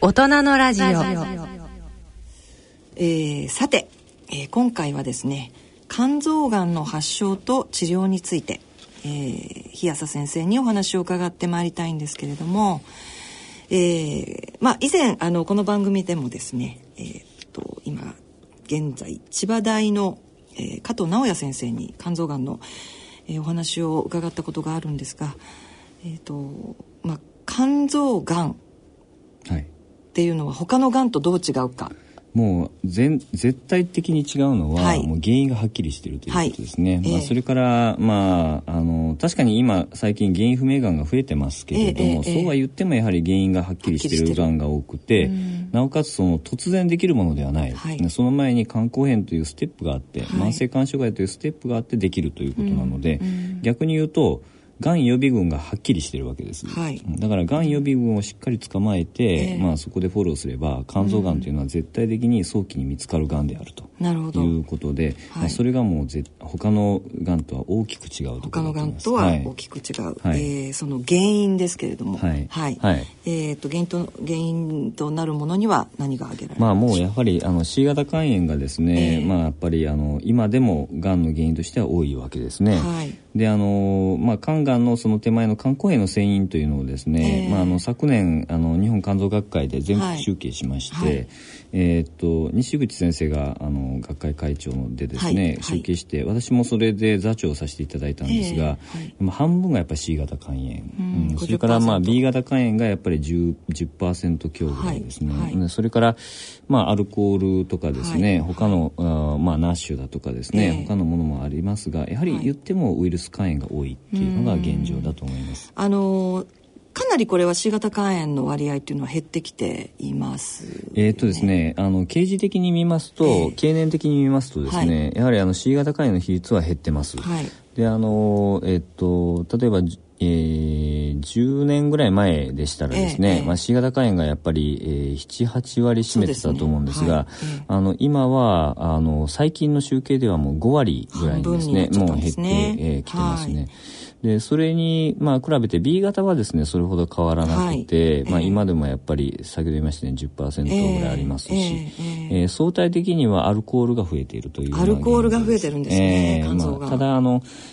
大人のラジオ。 さて、今回はですね、肝臓がんの発症と治療について、日浅先生にお話を伺ってまいりたいんですけれども、以前この番組でもですね、今現在千葉大の、加藤直也先生に肝臓がんの、お話を伺ったことがあるんですが、肝臓がんっていうのは他のがんとどう違うか。 もう絶対的に違うのは、もう原因がはっきりしているということですね。それから確かに今最近原因不明がんが増えてますけれども、そうは言ってもやはり原因がはっきりしているがんが多くて、なおかつその突然できるものではない、その前に肝硬変というステップがあって、慢性肝障害というステップがあってできるということなので、逆に言うとがん予備群がはっきりしているわけです、だからがん予備群をしっかり捕まえて、そこでフォローすれば肝臓がんというのは絶対的に早期に見つかるがんであるということで、それがもう他のがんとは大きく違うところだと思います。他のがんとは大きく違う、その原因ですけれども、原因となるものには何が挙げられますか。 もうやはりC 型肝炎がですね、やっぱり今でもがんの原因としては多いわけですね。で肝がんのその手前の肝硬変の成因というのをですね、昨年日本肝臓学会で全国集計しまして、西口先生が学会会長でですね、集計して、私もそれで座長をさせていただいたんですが、半分がやっぱり C 型肝炎、それからB 型肝炎がやっぱり 10% 強ぐらいですね、それからアルコールとかですね、他のナッシュだとかですね、他のものもありますが、やはり言ってもウイルス肝炎が多いっていうのが現状だと思います。 かなりこれは C 型肝炎の割合っていうのは減ってきていますね。 ですね、経時的に見ますと、経年的に見ますとですね、やはりC 型肝炎の比率は減ってます。で例えば10年ぐらい前でしたらですね、C 型肝炎がやっぱり、7,8 割占めてたと思うんですが、今は最近の集計ではもう5割ぐらいにですね、もう減ってきてますね。でそれに比べて B 型はですねそれほど変わらなくて、今でもやっぱり先ほど言いましたように 10% ぐらいありますし、相対的にはアルコールが増えているというアルコールが増えてるんですね、肝臓が。 ただ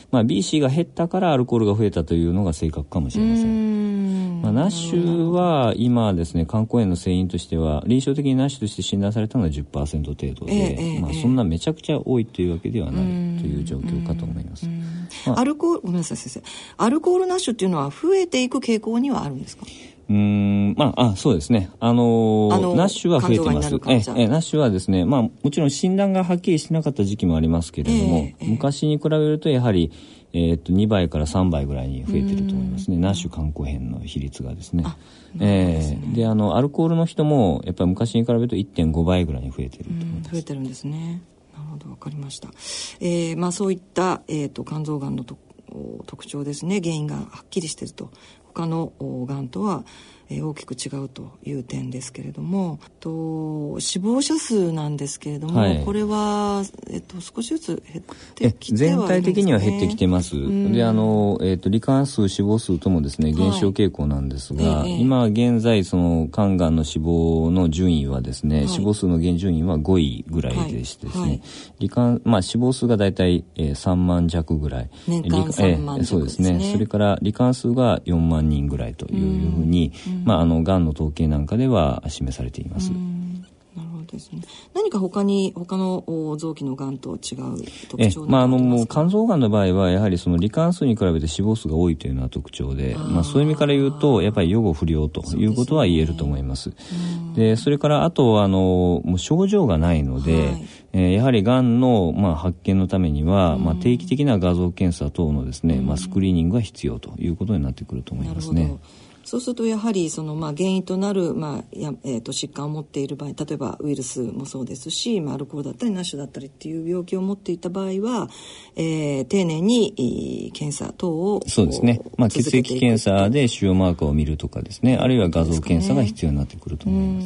BC が減ったからアルコールが増えたというのが正確かもしれません。ナッシュは今ですね肝硬変の成因としては臨床的にナッシュとして診断されたのは 10% 程度で、そんなめちゃくちゃ多いというわけではないという状況かと思います。 アルコール、ごめんなさい先生、アルコールナッシュっていうのは増えていく傾向にはあるんですか。 そうですね。ナッシュは増えてます。ナッシュはですね、もちろん診断がはっきりしてなかった時期もありますけれども、昔に比べるとやはり、2倍から3倍ぐらいに増えてると思いますね。ナッシュ肝硬変の比率がですね。でアルコールの人もやっぱり昔に比べると 1.5 倍ぐらいに増えてると思います。 増えてるんですね。なるほど、わかりました。そういった、肝臓がんの特徴ですね、原因がはっきりしていると他のがんとは、大きく違うという点ですけれども、死亡者数なんですけれども、これは、少しずつ減ってきてはいるんですかね。全体的には減ってきてます。で罹患数死亡数ともですね減少傾向なんですが、今現在その肝がんの死亡の順位はですね、死亡数の現順位は5位ぐらいでしてですね、死亡数がだいたい3万弱ぐらい、 年間3万弱ですね。そうですね。 それから罹患数が4万人ぐらいというふうに、がんの統計なんかでは示されています。 なるほどですね。何か他の臓器のがんと違う特徴などありますか。 肝臓がんの場合はやはりその罹患数に比べて死亡数が多いというのは特徴で、そういう意味から言うとやっぱり予後不良ということは言えると思います。でそれからあともう症状がないので、やはりがんの、発見のためには、定期的な画像検査等のですね、スクリーニングが必要ということになってくると思いますね。 そうするとやはりその原因となる疾患を持っている場合、例えばウイルスもそうですし、アルコールだったりナッシュだったりっていう病気を持っていた場合は、丁寧に検査等をそうですね、血液検査で腫瘍マーカーを見るとかですね、あるいは画像検査が必要になってくると思います。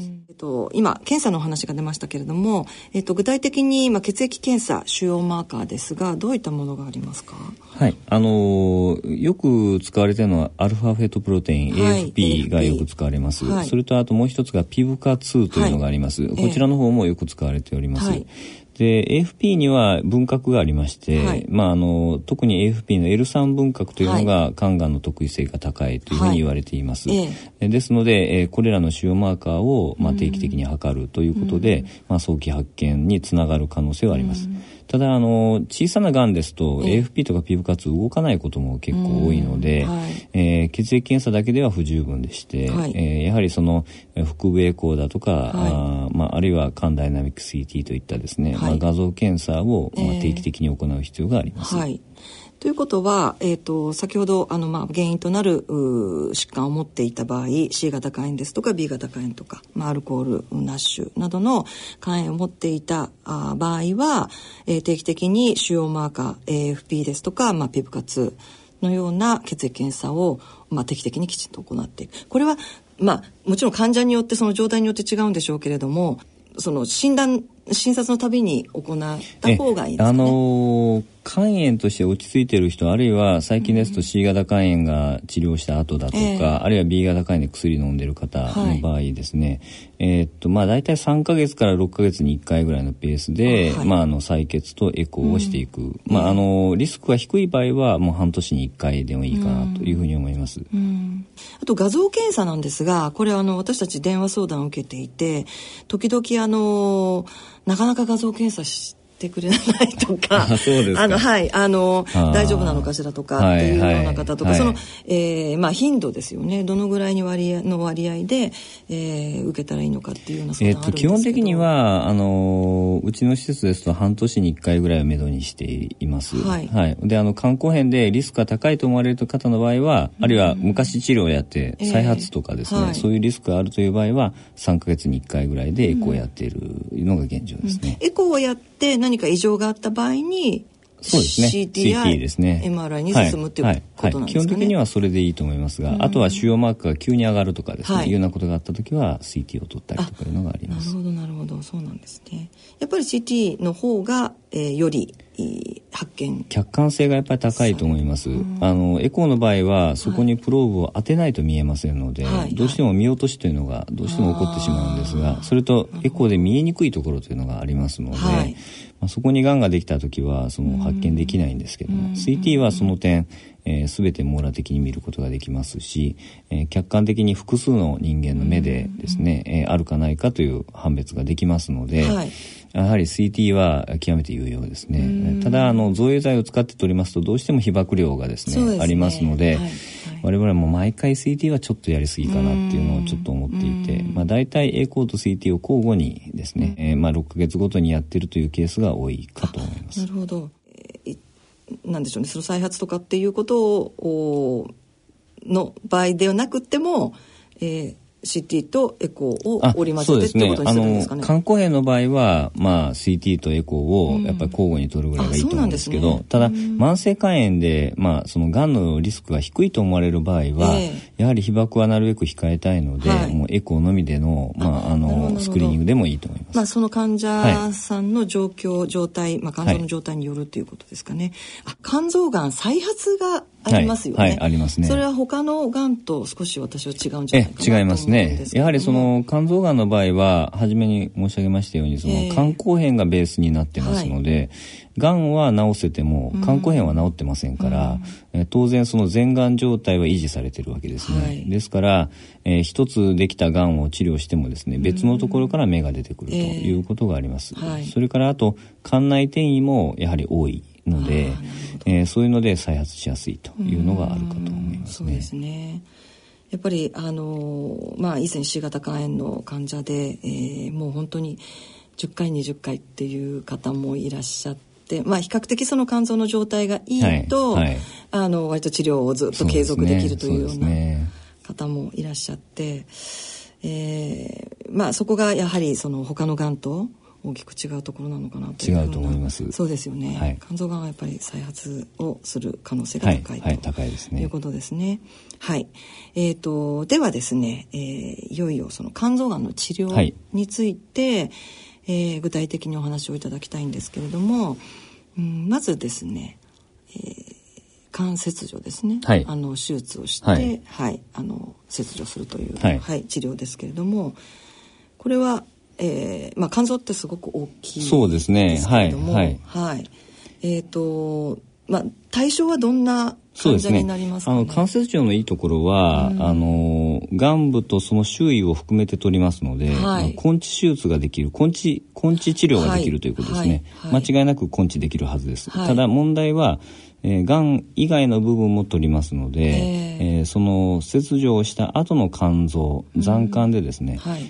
今検査の話が出ましたけれども、具体的に血液検査主要マーカーですがどういったものがありますか？ はい、よく使われているのはアルファフェトプロテイン、はい、AFP がよく使われます、はい、それとあともう一つがピブカ2というのがあります、はい、こちらの方もよく使われております、はい。で AFP には分殻がありまして、はい、特に AFP の L3 分殻というのが肝がんの特異性が高いというふうに言われています、はい、ですので、これらの主要マーカーを、定期的に測るということで、早期発見につながる可能性はあります、ただ小さながんですと AFP とかピブカ2動かないことも結構多いので、はい、血液検査だけでは不十分でして、はい、やはりその腹部エコーだとか、はい、あるいは肝ダイナミック CT といったですね、はい、画像検査を定期的に行う必要があります、 はい。ということは、先ほど原因となる疾患を持っていた場合 C 型肝炎ですとか B 型肝炎とか、アルコールナッシュなどの肝炎を持っていた場合は、定期的に主要マーカー AFP ですとか、ピブカ2のような血液検査を、定期的にきちんと行っていく。これはもちろん患者によってその状態によって違うんでしょうけれども、その診察のたびに行った方がいいですかね。 肝炎として落ち着いている人、あるいは最近ですと C 型肝炎が治療した後だとか、あるいは B 型肝炎で薬飲んでいる方の場合ですね、だいたい3ヶ月から6ヶ月に1回ぐらいのペースで、採血とエコーをしていく、リスクが低い場合はもう半年に1回でもいいかなというふうに思います、 あと画像検査なんですが、これ私たち電話相談を受けていて、時々なかなか画像検査してくれないとかそうですか。 大丈夫なのかしらとかっていうような方とか、その、頻度ですよね、どのぐらいの割合で、受けたらいいのかっていうような相談あるんですけど、 基本的にはうちの施設ですと半年に1回ぐらいをめどにしています、はいはい、で肝硬変でリスクが高いと思われる方の場合は、あるいは昔治療をやって再発とかですね、そういうリスクがあるという場合は3ヶ月に1回ぐらいでエコーをやっているのが現状ですね、 エコーをやって何か異常があった場合にそうですね、 CT や MRI に進むっていうことなんですかね。 基本的にはそれでいいと思いますが、あとは主要マークが急に上がるとかですね、いうようなことがあったときは CT を取ったりとかいうのがあります。 なるほど、そうなんですね。やっぱり CT の方が、より発見客観性がやっぱり高いと思います、エコーの場合はそこにプローブを当てないと見えませんので、どうしても見落としというのがどうしても起こってしまうんですが、それとエコーで見えにくいところというのがありますので、そこにがんができた時はその発見できないんですけども、CT はその点全て網羅的に見ることができますし、客観的に複数の人間の目でですね、あるかないかという判別ができますので、やはり CT は極めて有用ですね。ただ造影剤を使って取りますとどうしても被曝量がですね、ありますので、我々も毎回 CT はちょっとやりすぎかなっていうのをちょっと思っていて、だいたいエコーと CT を交互にですね、6ヶ月ごとにやってるというケースが多いかと思います。 なるほど。なんでしょうね、その再発とかっていうことをの場合ではなくても、CT とエコーを織り交ぜてってことにするんですかね。 肝硬変の場合は、CT とエコーをやっぱり交互に取るぐらいがいいと思うんですけど、ただ慢性肝炎で、そのがんのリスクが低いと思われる場合は、やはり被曝はなるべく控えたいので、もうエコーのみでの、スクリーニングでもいいと思います。 その患者さんの状態、肝臓の状態によるということですかね。肝臓がん再発がありますよね。 ありますね。 それは他のがんと少し私は違うんじゃないかなと思うんですけど。 違いますね。やはりその肝臓がんの場合は初めに申し上げましたようにその肝硬変がベースになってますので、がんは治せても肝硬変は治ってませんから、当然その全がん状態は維持されているわけですね、ですから、一つできたがんを治療してもですね、別のところから芽が出てくるということがあります、それからあと肝内転移もやはり多いので、そういうので再発しやすいというのがあるかと思いますね。 そうですね。やっぱり以前 C 型肝炎の患者で、もう本当に10回20回っていう方もいらっしゃって、比較的その肝臓の状態がいいと、割と治療をずっと継続できるというような方もいらっしゃって、そこがやはりその他のがんと大きく違うところなのかなという違うと思います。 そうですよね、はい、肝臓がんはやっぱり再発をする可能性が高い、 はい、高いですね。 いうことですね。はい。ではですね、いよいよその肝臓がんの治療について、具体的にお話をいただきたいんですけれども、まずですね、肝切除ですね、はい、手術をして、はいはい、切除するという、はいはい、治療ですけれども、これは肝臓ってすごく大きいですけれども、そうですね、はいはいはい、対象はどんな患者になりますかね。 肝切除のいいところは、癌部とその周囲を含めて取りますので、はい、根治手術ができる、根治治療ができるということですね、はいはい、間違いなく根治できるはずです、はい、ただ問題は癌以外の部分も取りますので、その切除をした後の肝臓、残肝でですね、はい、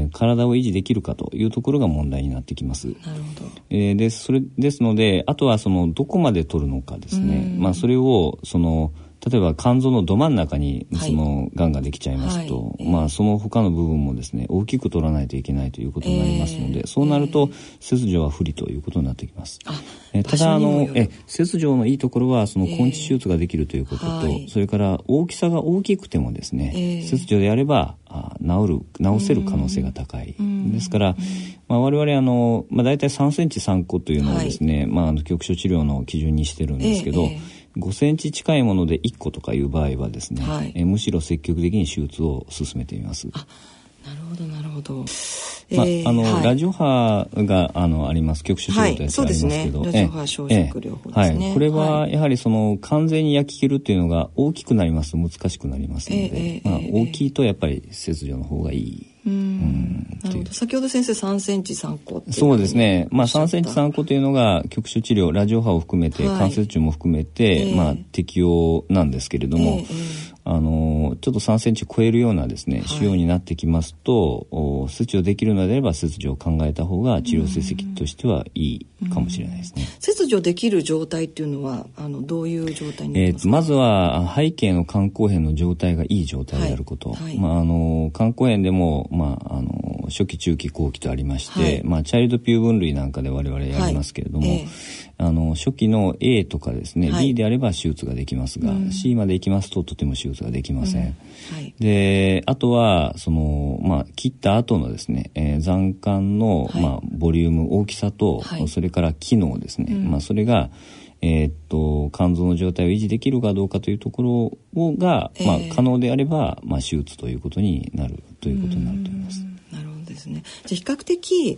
体を維持できるかというところが問題になってきます。なるほど。それですので、あとはそのどこまで取るのかですね、それを例えば肝臓のど真ん中にその癌ができちゃいますと、はい、その他の部分もですね大きく取らないといけないということになりますので、そうなると切除は不利ということになってきます。ただ切除のいいところはその根治手術ができるということと、それから大きさが大きくてもですね、切除であれば治せる可能性が高い。ですから、我々だいたい3センチ3個というのをですね、局所治療の基準にしてるんですけど、5センチ近いもので1個とかいう場合はですね、はい、むしろ積極的に手術を進めてみます。 なるほどなるほど。 はい、ラジオ波があります。局所治療というやつがありますけど、 ラジオ波焼灼療法ですね、 はい、これはやはり完全に焼き切るというのが大きくなりますと難しくなりますので、大きいとやっぱり切除の方がいい。 なるほど。先ほど先生3センチ3個ってそうですね、3センチ3個というのが局所治療、ラジオ波を含めて、関節治療も含めて、適用なんですけれども、ちょっと3センチ超えるようなですね、腫瘍になってきますと、切除できるのであれば切除を考えた方が治療成績としてはいいかもしれないですね。 切除できる状態っていうのはどういう状態になりますか。 まずは背景の肝硬変の状態がいい状態であること、肝硬変でも初期中期後期とありまして、チャイルドピュー分類なんかで我々やりますけれども、初期の A とかですね、B であれば手術ができますが、C まで行きますととても手術ができません。で、あとは切った後のですね、残肝の、ボリューム、大きさと、それから機能ですね、それが肝臓の状態を維持できるかどうかというところが、可能であれば、手術ということになるということになると思います。 なるほどですね。じゃあ比較的、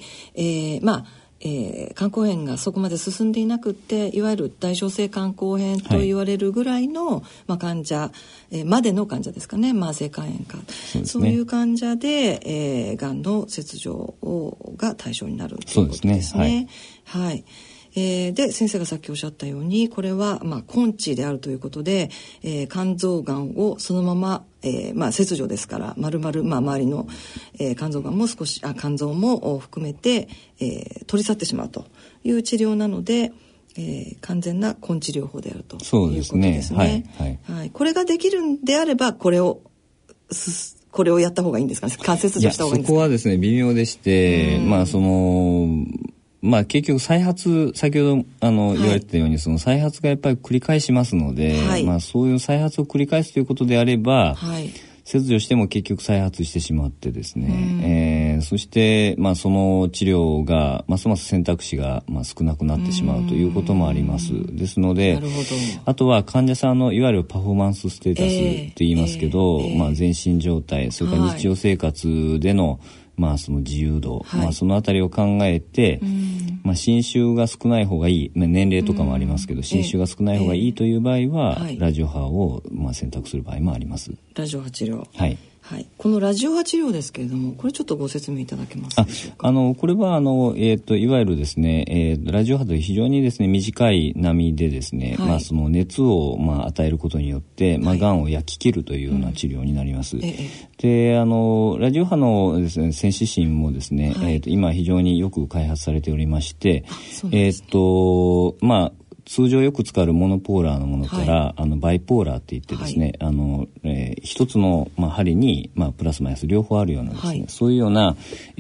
肝硬変がそこまで進んでいなくって、いわゆる大小性肝硬変と言われるぐらいの、患者、までの患者ですかね、慢性肝炎か、そういう患者で、がんの切除が対象になるということですね。はい。で先生がさっきおっしゃったように、これは根治であるということで、肝臓がんをそのまま、切除ですから丸々、周りの、肝臓がんも肝臓も含めて、取り去ってしまうという治療なので、完全な根治療法であるということですね。はい。これができるんであればこれをやった方がいいんですかね。肝切除した方がいいんですか。 そこはですね微妙でして、結局再発、先ほど言われてたように、その再発がやっぱり繰り返しますので、そういう再発を繰り返すということであれば、切除しても結局再発してしまってですね、そしてその治療がますます選択肢が少なくなってしまうということもあります。ですので、あとは患者さんのいわゆるパフォーマンスステータスと言いますけど、全身状態、それから日常生活でのその自由度、そのあたりを考えて、侵襲が少ない方がいい、年齢とかもありますけど、侵襲が少ない方がいいという場合は、ラジオ波を選択する場合もあります。 ラジオ波治療。 はい。 はい、このラジオ波治療ですけれども、これちょっとご説明いただけますでしょうか。 これはいわゆるですね、ラジオ波という非常にですね短い波でですね、その熱を与えることによって、がんを焼き切るというような治療になります。で、ラジオ波のですねセンシシンもですね、今非常によく開発されておりまして、 通常よく使われるモノポーラーのものから、バイポーラーって言ってですね、一つの、針に、プラスマイナス両方あるようなですね、そういうような、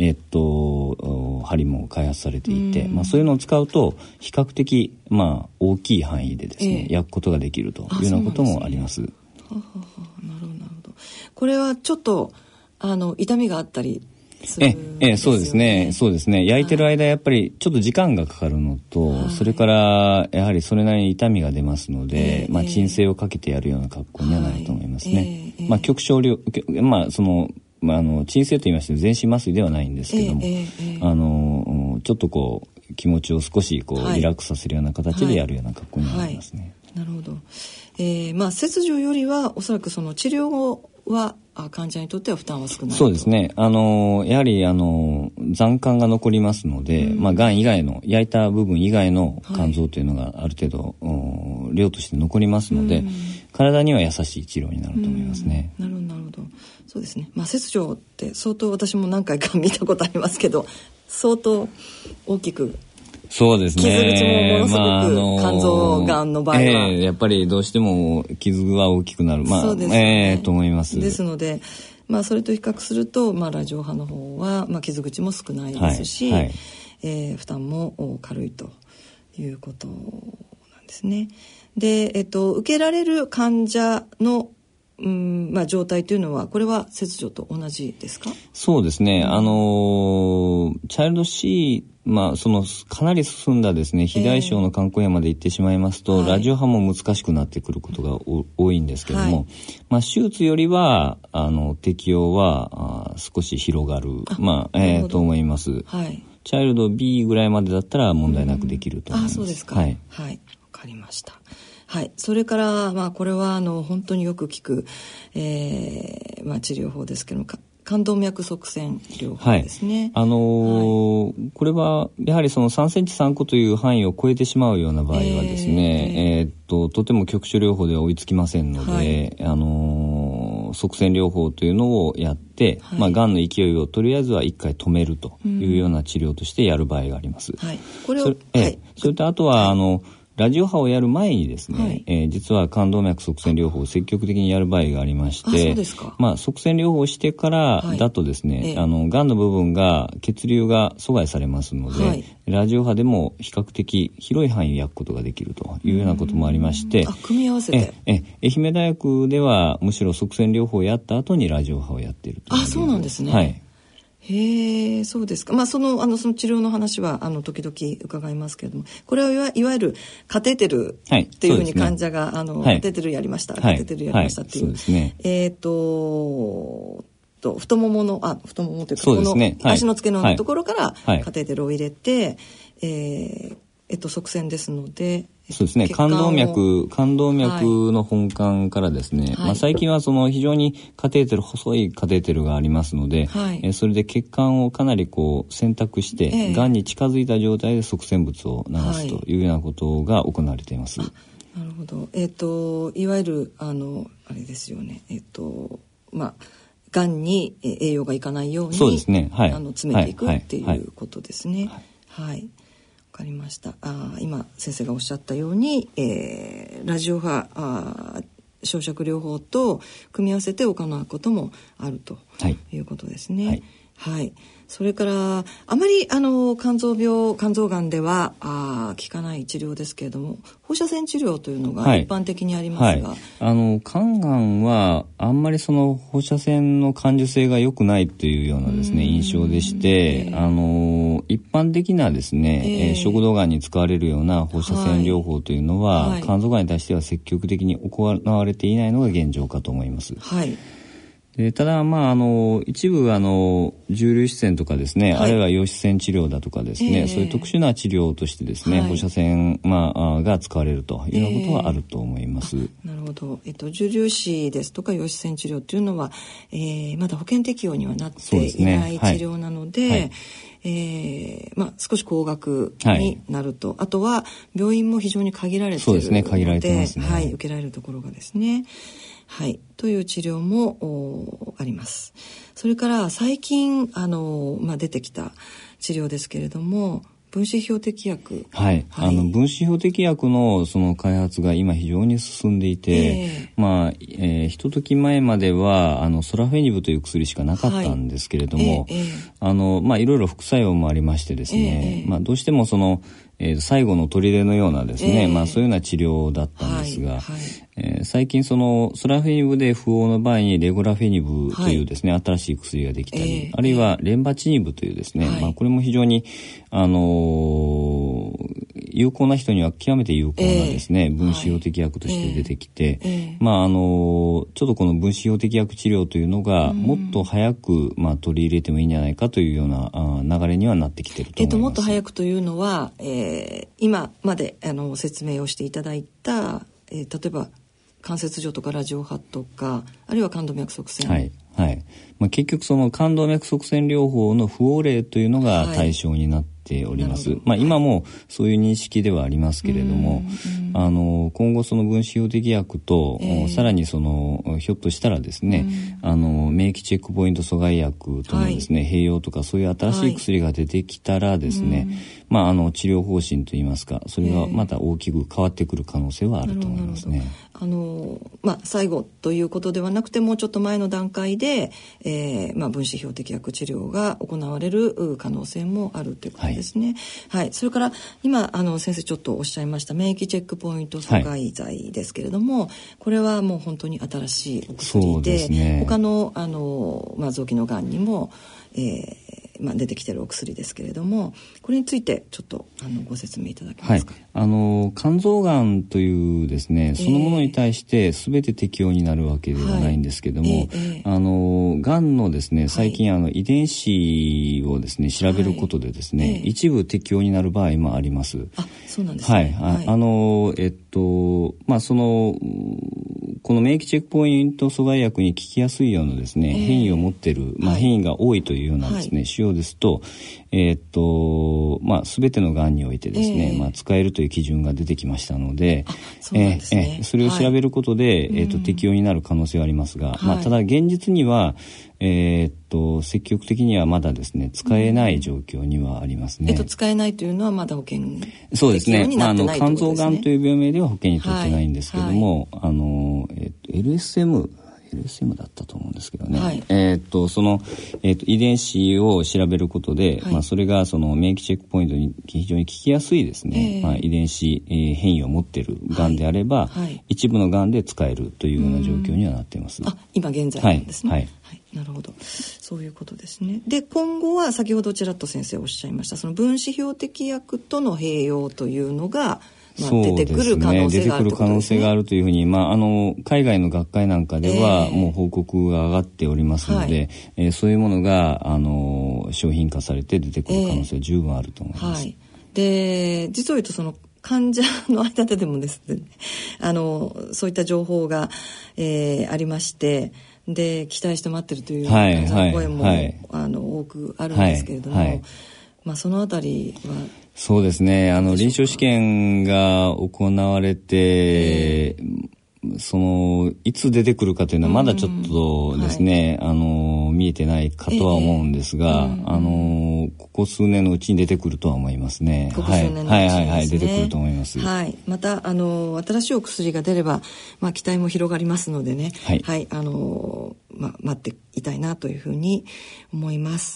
針も開発されていて、そういうのを使うと比較的、大きい範囲でですね、焼くことができるというようなこともあります。 なるほどなるほど。これはちょっと痛みがあったりそうですね。そうですね。焼いてる間やっぱりちょっと時間がかかるのと、それからやはりそれなりに痛みが出ますので、鎮静をかけてやるような格好にはなると思いますね。極小量、鎮静と言いまして全身麻酔ではないんですけども、ちょっとこう気持ちを少しこうリラックスさせるような形でやるような格好になりますね。 なるほど。切除よりはおそらくその治療後は患者にとっては負担は少ない。 そうですね。やはり残肝が残りますので、がん以外の焼いた部分以外の肝臓というのがある程度、量として残りますので、体には優しい治療になると思いますね。 なるほどなるほど。そうですね。切除って相当私も何回か見たことありますけど、相当大きく。 そうですね。 傷口もものすごく肝臓がんの場合は、 やっぱりどうしても傷は大きくなる。 そうですね。 と思います。 ですので、それと比較すると、ラジオ波の方は、傷口も少ないですし、負担も軽いということなんですね。で、受けられる患者の状態というのはこれは切除と同じですか？ そうですね。チャイルド C、そのかなり進んだですね、肥大症の肝硬変まで行ってしまいますと、ラジオ波も難しくなってくることが多いんですけども、手術よりは適用は少し広がると思います。チャイルド B ぐらいまでだったら問題なくできると思います。 そうですか。わかりました。それから、これは本当によく聞く、治療法ですけども、冠動脈側線療法ですね。 これはやはりその3センチ3個という範囲を超えてしまうような場合はですね、とても局所療法では追いつきませんので、側線療法というのをやって、がんの勢いをとりあえずは1回止めるというような治療としてやる場合があります。 これをそれとあとはラジオ波をやる前にですね、実は冠動脈側線療法を積極的にやる場合がありまして、側線療法をしてからだとですね、がんの部分が血流が阻害されますので、ラジオ波でも比較的広い範囲を焼くことができるというようなこともありまして、 組み合わせて愛媛大学ではむしろ側線療法をやった後にラジオ波をやっているという。 そうなんですね。へえ、そうですか。その治療の話は時々伺いますけれども、これはいわゆるカテーテルっていうふうに患者がカテーテルやりました、カテーテルやりましたっていう、太ももの太ももというか、この足の付け根のところからカテーテルを入れて、側線ですので、 そうですね。冠動脈の本管からですね、最近はその非常に細いカテーテルがありますので、それで血管をかなり選択して、がんに近づいた状態で側線物を流すというようなことが行われています。 なるほど。いわゆるあれですよね。がんに栄養がいかないように、 そうですね。 詰めていくっていうことですね。わかりました。今先生がおっしゃったように、ラジオ波焼釈療法と組み合わせて行うこともあるということですね。それからあまり肝臓がんでは効かない治療ですけれども、放射線治療というのが一般的にありますが、 肝がんはあんまりその放射線の感受性が良くないというようなですね、印象でして、一般的なですね、食道がんに使われるような放射線療法というのは、肝臓がんに対しては積極的に行われていないのが現状かと思います。ただ一部重粒子線とかですね、あるいは陽子線治療だとかですね、そういう特殊な治療としてですね、放射線が使われるというようなことはあると思います。 なるほど。重粒子ですとか陽子線治療というのは、まだ保険適用にはなっていない治療なので、少し高額になると、あとは病院も非常に限られているので、そうですね、限られてますね。受けられるところがですね。という治療もあります。それから最近出てきた治療ですけれども、 分子標的薬、 はい、分子標的薬のその開発が今非常に進んでいて、一時前まではソラフェニブという薬しかなかったんですけれども、いろいろ副作用もありましてですね、どうしてもその最後の砦のようなですね、そういうような治療だったんですが、最近そのソラフェニブで不応の場合にレゴラフェニブというですね、新しい薬ができたり、あるいはレンバチニブというですね、これも非常に有効な人には極めて有効なですね、分子標的薬として出てきて、ちょっとこの分子標的薬治療というのがもっと早く取り入れてもいいんじゃないかというような流れにはなってきていると思います。 もっと早くというのは、今まで説明をしていただいた、例えば関節上とかラジオ波とか、あるいは冠動脈側線、 結局その冠動脈側線療法の不応例というのが対象になっております。今もそういう認識ではありますけれども、今後その分子標的薬と、さらにそのひょっとしたらですね、免疫チェックポイント阻害薬とのですね、併用とかそういう新しい薬が出てきたらですね、治療方針といいますか、それがまた大きく変わってくる可能性はあると思いますね。 最後ということではなくて、もうちょっと前の段階で、分子標的薬治療が行われる可能性もあるということですね。それから今先生ちょっとおっしゃいました免疫チェックポイント阻害剤ですけれども、これはもう本当に新しいお薬で、他の臓器のがんにも、出てきているお薬ですけれども、これについてちょっとご説明いただけますか。 肝臓がんというですね、そのものに対して全て適用になるわけではないんですけども、がんのですね、最近遺伝子をですね調べることでですね、一部適用になる場合もあります。 そうなんですね。 この免疫チェックポイント阻害薬に効きやすいようなですね、変異を持っている、変異が多いというようなですね、腫瘍ですと、全てのがんにおいてですね、使えるという基準が出てきましたので、それを調べることで、適用になる可能性はありますが、ただ現実には積極的にはまだですね使えない状況にはありますね。 使えないというのはまだ保険そうですね。 になってないということですね。 肝臓がんという病名では保険に取ってないんですけども、LSM だったと思うんですけどね、その、遺伝子を調べることで、それがその免疫チェックポイントに非常に効きやすいですね、遺伝子、変異を持っているがんであれば、一部のがんで使えるというような状況にはなっています。 今現在なんですね。なるほど、そういうことですね。で、今後は先ほどちらっと先生おっしゃいましたその分子標的薬との併用というのが出てくる可能性があるということですね。出てくる可能性があるというふうに、海外の学会なんかではもう報告が上がっておりますので、そういうものが商品化されて出てくる可能性は十分あると思います。 で、実を言うとその患者の間でもですね、そういった情報が、ありまして、で期待して待ってるという声も、多くあるんですけれども、そのあたりはそうですね、臨床試験が行われて、いつ出てくるかというのはまだちょっとですね、見えてないかとは思うんですが、ここ数年のうちに出てくるとは思いますね。 ここ数年のうちにですね。 出てくると思います。 また新しいお薬が出れば、期待も広がりますのでね、待っていたいなというふうに思います。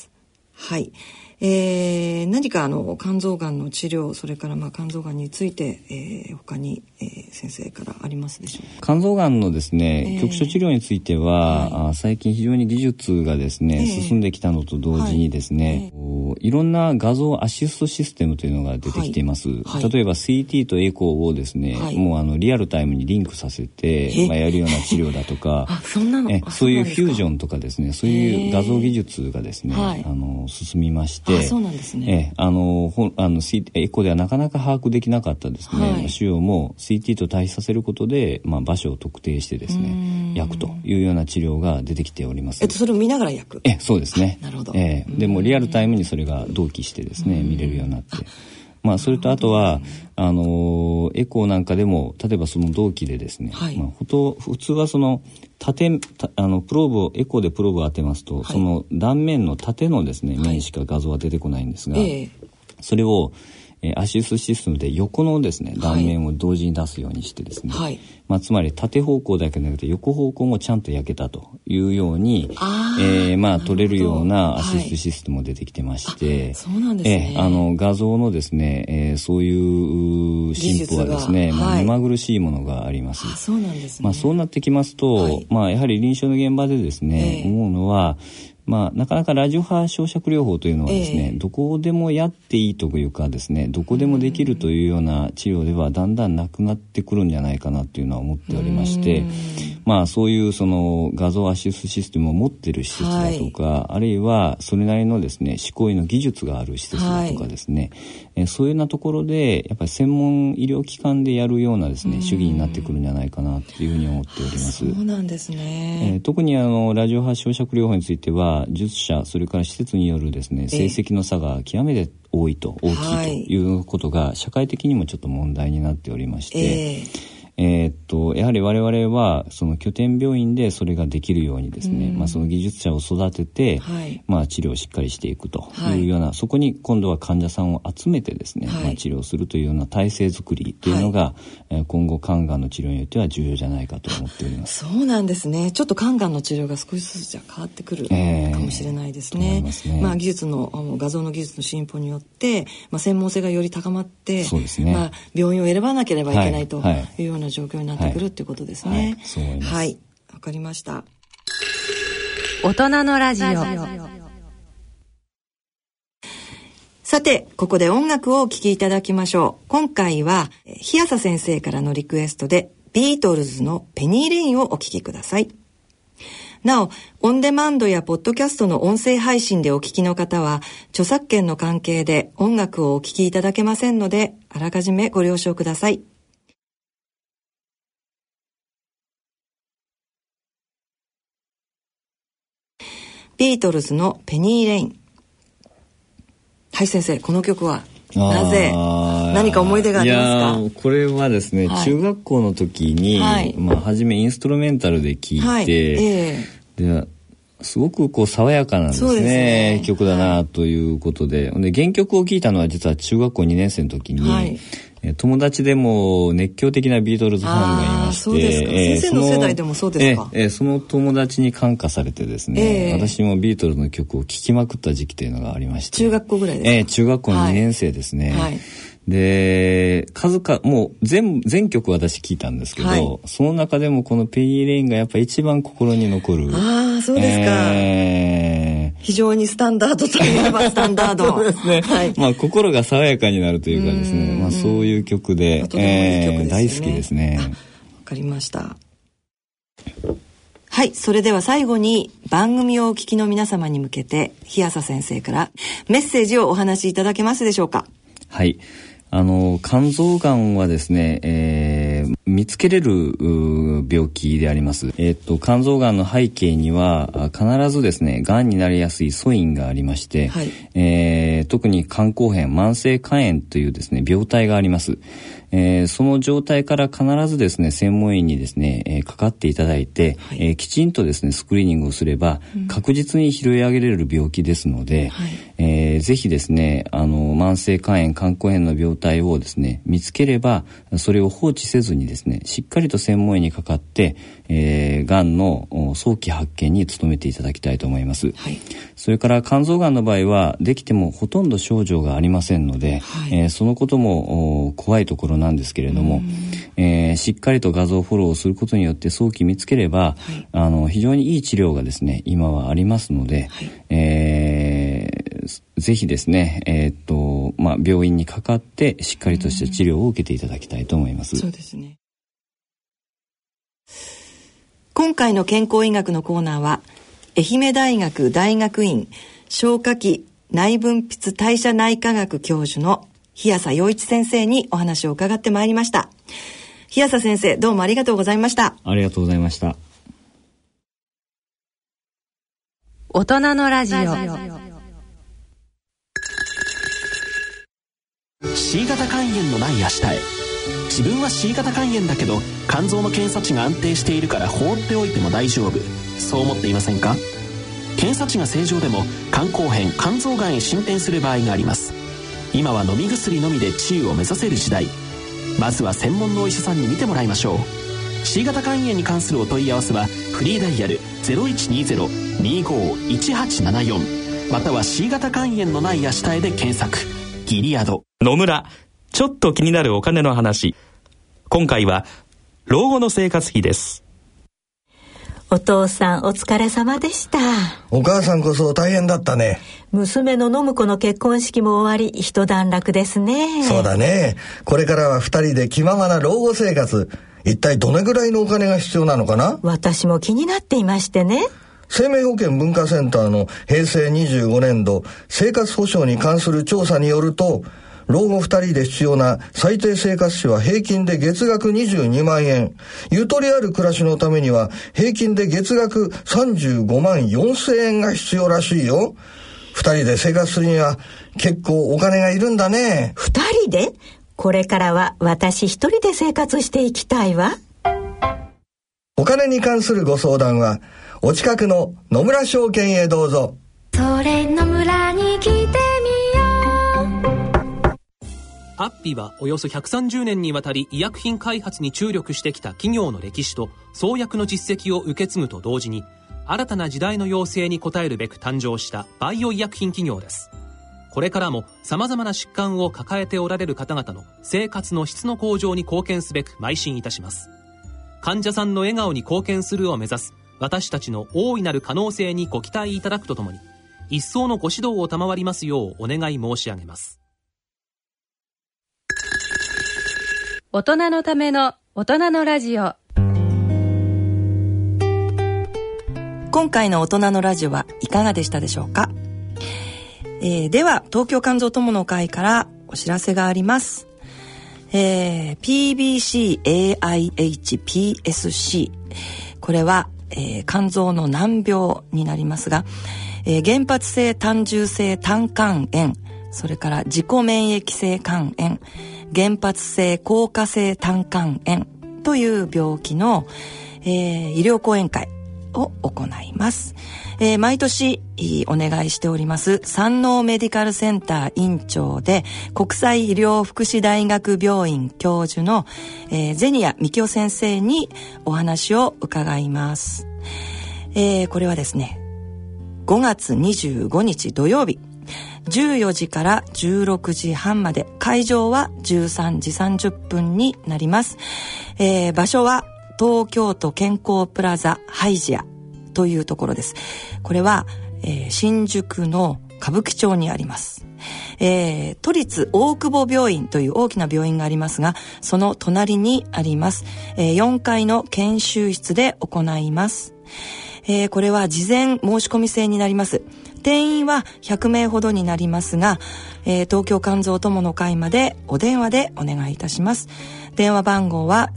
何か肝臓がんの治療、それから肝臓がんについて、他に、先生からありますでしょうか。 肝臓がんのですね、局所治療については、最近非常に技術がですね、進んできたのと同時にですね、いろんな画像アシストシステムというのが出てきています。例えば CT とエコーをですね、もうリアルタイムにリンクさせて、やるような治療だとかそういうフュージョンとかですね、そういう画像技術がですね、進みまして、 そうなんですね。 エコーではなかなか把握できなかったですね、腫瘍も CT と対比させることで、場所を特定してですね焼くというような治療が出てきております。 それを見ながら焼く。 そうですね。 なるほど。 でもリアルタイムにそれが同期してですね見れるようになって、それとあとはエコーなんかでも例えばその同期でですね、普通はそのプローブをエコーでプローブを当てますと、その断面の縦のですね面しか画像は出てこないんですが、 それをアシストシステムで横のですね断面を同時に出すようにしてですね、はい、つまり縦方向だけでなくて横方向もちゃんと焼けたというように取れるようなアシストシステムも出てきてまして、はい、 そうなんですね。 画像のですね、そういう進歩はですね、目まぐるしいものがあります。 そうなんですね。 そうなってきますと、はい、やはり臨床の現場でですね、思うのはなかなかラジオ波焼灼療法というのはですね、どこでもやっていいというかですね、どこでもできるというような治療ではだんだんなくなってくるんじゃないかなというのは思っておりまして、そういうその画像アシストシステムを持っている施設だとか、はい、あるいはそれなりのですね歯科医の技術がある施設だとかですね、はい、そういうようなところでやっぱり専門医療機関でやるようなですね主義になってくるんじゃないかなというふうに思っております。 そうなんですね。 特にラジオ波焼灼療法については術者それから施設によるですね成績の差が極めて大きいということが社会的にもちょっと問題になっておりまして、やはり我々はその拠点病院でそれができるようにですね、その技術者を育てて、はい、治療をしっかりしていくというような、はい、そこに今度は患者さんを集めてですね、はい、治療するというような体制づくりというのが、はい、今後肝がんの治療によっては重要じゃないかと思っております。 そうなんですね。ちょっと肝がんの治療が少しずつじゃ変わってくるかもしれないですね。技術の画像の技術の進歩によって、専門性がより高まって、そうですね、病院を選ばなければいけないというような状況になってくるっていうことですね。はい、そう思います。はい、わかりました。 大人のラジオ。 さて、ここで音楽をお聴きいただきましょう。今回は日朝先生からのリクエストでビートルズのペニー・レインをお聴きください。なお、オンデマンドやポッドキャストの音声配信でお聞きの方は、著作権の関係で音楽をお聴きいただけませんので、あらかじめご了承ください。ビートルズのペニー・レイン。はい、先生、この曲はなぜ何か思い出がありますか？ これはですね、はい、中学校の時に、はい、初めインストルメンタルで聴いて、はい、ですごく爽やかなんですね、曲だなということで、原曲を聴いたのは実は中学校2年生の時に、はい、友達でも熱狂的なビートルズファンがいまして、 そうですか。先生の世代でもそうですか？ その友達に感化されてですね、私もビートルズの曲を聴きまくった時期というのがありまして、 中学校ぐらいですか？ 中学校2年生ですね。はい、でもう全曲私聴いたんですけど、はい、その中でもこのペニー・レインがやっぱり一番心に残る。 そうですか。非常にスタンダードといえばスタンダード。 そうですね。はい、心が爽やかになるというかですね、そういう曲で、 とてもいい曲ですね。 大好きですね。 わかりました。はい、それでは最後に番組をお聞きの皆様に向けて日朝先生からメッセージをお話しいただけますでしょうか？ はい。肝臓がんはですね、見つけれる病気であります。肝臓がんの背景には必ずですね、がんになりやすい素因がありまして、はい、特に肝硬変、慢性肝炎というですね、病態があります。その状態から必ずですね、専門医にですね、かかっていただいて、はい、きちんとですね、スクリーニングをすれば、確実に拾い上げれる病気ですので、はい、ぜひですね、慢性肝炎、肝硬変の病態をですね、見つければ、それを放置せずにですね、しっかりと専門医にかかって、がんの早期発見に努めていただきたいと思います。はい、それから肝臓がんの場合は、できてもほとんど症状がありませんので、はい、そのことも怖いところなんですけれども、しっかりと画像フォローをすることによって早期見つければ、はい、非常にいい治療がですね、今はありますので、はい、ぜひですね、病院にかかってしっかりとした治療を受けていただきたいと思います。 そうですね。今回の健康医学のコーナーは、愛媛大学大学院消化器内分泌代謝内科学教授の日朝陽一先生にお話を伺ってまいりました。日朝先生、どうもありがとうございました。 ありがとうございました。 大人のラジオ。 C 型肝炎のない明日へ。自分は C 型肝炎だけど肝臓の検査値が安定しているから放っておいても大丈夫、そう思っていませんか？検査値が正常でも肝硬変、肝臓がんへ進展する場合があります。 今は飲み薬のみで治癒を目指せる時代。まずは専門のお医者さんに診てもらいましょう。C 型肝炎に関するお問い合わせはフリーダイヤル 0120-25-1874 または C 型肝炎のない足体で検索。ギリアド。 野村、ちょっと気になるお金の話。今回は老後の生活費です。 お父さんお疲れ様でした。 お母さんこそ大変だったね。 娘の信子の結婚式も終わり一段落ですね。 そうだね。これからは2人で気ままな老後生活。一体どれぐらいのお金が必要なのかな。 私も気になっていましてね。 生命保険文化センターの平成25年度生活保障に関する調査によると、老後2人で必要な最低生活費は平均で月額22万円。ゆとりある暮らしのためには平均で月額35万4千円が必要らしいよ。2人で生活するには結構お金がいるんだね。 2人で？これからは私一人で生活していきたいわ。 お金に関するご相談はお近くの野村証券へどうぞ。 それ野村に来てみよう。 アッピはおよそ130年にわたり医薬品開発に注力してきた企業の歴史と創薬の実績を受け継ぐと同時に、新たな時代の要請に応えるべく誕生したバイオ医薬品企業です。これからも様々な疾患を抱えておられる方々の生活の質の向上に貢献すべく邁進いたします。患者さんの笑顔に貢献するを目指す私たちの大いなる可能性にご期待いただくとともに、一層のご指導を賜りますようお願い申し上げます。 大人のための大人のラジオ。 今回の大人のラジオはいかがでしたでしょうか。では東京肝臓友の会からお知らせがあります。PBC-AIH-PSC、 これは、肝臓の難病になりますが、原発性単純性胆管炎、それから自己免疫性肝炎、原発性硬化性胆管炎という病気の、医療講演会を行います。毎年お願いしております山王メディカルセンター院長で国際医療福祉大学病院教授の、ゼニア幹夫先生にお話を伺います。これはですね、5月25日土曜日14時から16時半まで、会場は13時30分になります。場所は東京都健康プラザハイジアというところです。これは、新宿の歌舞伎町にあります。都立大久保病院という大きな病院がありますが、その隣にあります。4階の研修室で行います。これは事前申し込み制になります。定員は100名ほどになりますが、東京肝臓友の会までお電話でお願いいたします。電話番号は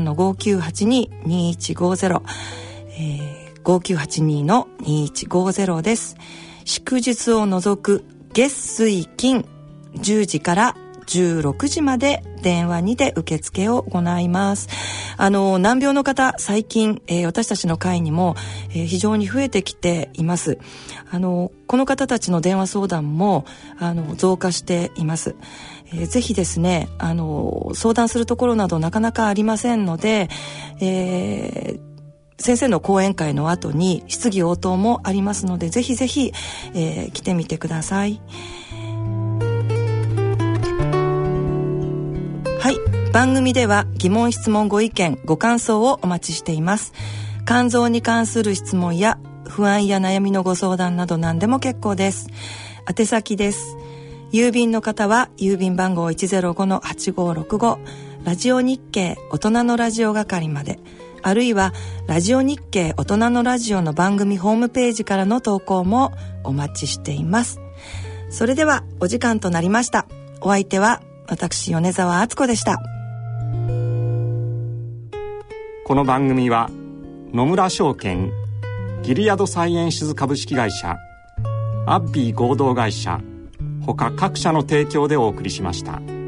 03-5982-2150、5982-2150 です。祝日を除く月水金10時から16時まで電話にて受付を行います。難病の方、最近、私たちの会にも、非常に増えてきています。この方たちの電話相談も増加しています。ぜひですね、相談するところなどなかなかありませんので、先生の講演会の後に質疑応答もありますので、ぜひぜひ、来てみてください。はい、番組では疑問質問ご意見ご感想をお待ちしています。肝臓に関する質問や不安や悩みのご相談など何でも結構です。宛先です。郵便の方は郵便番号 105-8565 ラジオ日経大人のラジオ係まで、あるいはラジオ日経大人のラジオの番組ホームページからの投稿もお待ちしています。それではお時間となりました。お相手は私米沢敦子でした。 この番組は野村証券、ギリアドサイエンシズ株式会社、アッビー合同会社他各社の提供でお送りしました。